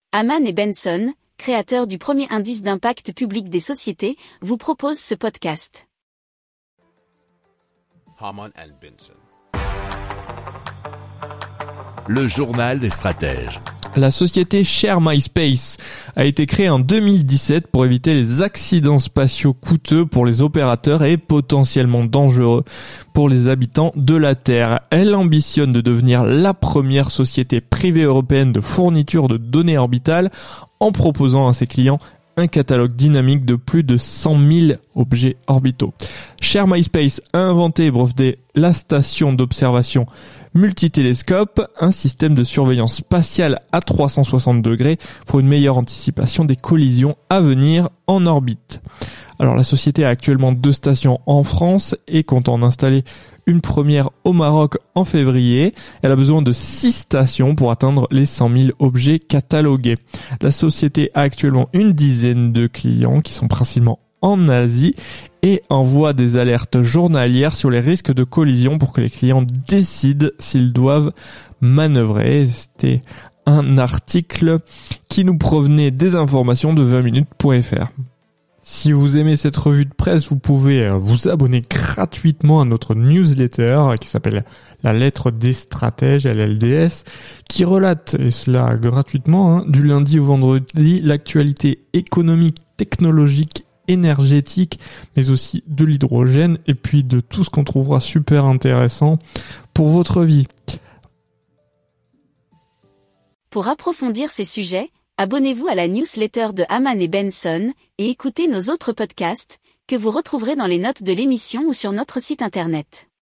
Haman et Benson, créateurs du premier indice d'impact public des sociétés, vous proposent ce podcast. Haman and Benson. Le journal des stratèges. La société Share My Space a été créée en 2017 pour éviter les accidents spatiaux coûteux pour les opérateurs et potentiellement dangereux pour les habitants de la Terre. Elle ambitionne de devenir la première société privée européenne de fourniture de données orbitales en proposant à ses clients un catalogue dynamique de plus de 100 000 objets orbitaux. Share My Space a inventé et breveté la station d'observation multitélescope, un système de surveillance spatiale à 360 degrés pour une meilleure anticipation des collisions à venir en orbite. Alors la société a actuellement 2 stations en France et compte en installer une première au Maroc en février. Elle a besoin de 6 stations pour atteindre les 100 000 objets catalogués. La société a actuellement une dizaine de clients qui sont principalement en Asie et envoie des alertes journalières sur les risques de collision pour que les clients décident s'ils doivent manœuvrer. C'était un article qui nous provenait des informations de 20minutes.fr. Si vous aimez cette revue de presse, vous pouvez vous abonner gratuitement à notre newsletter qui s'appelle La Lettre des Stratèges, LLDS, qui relate, et cela gratuitement, du lundi au vendredi, l'actualité économique, technologique, énergétique, mais aussi de l'hydrogène et puis de tout ce qu'on trouvera super intéressant pour votre vie. Pour approfondir ces sujets, abonnez-vous à la newsletter de Haman et Benson et écoutez nos autres podcasts que vous retrouverez dans les notes de l'émission ou sur notre site internet.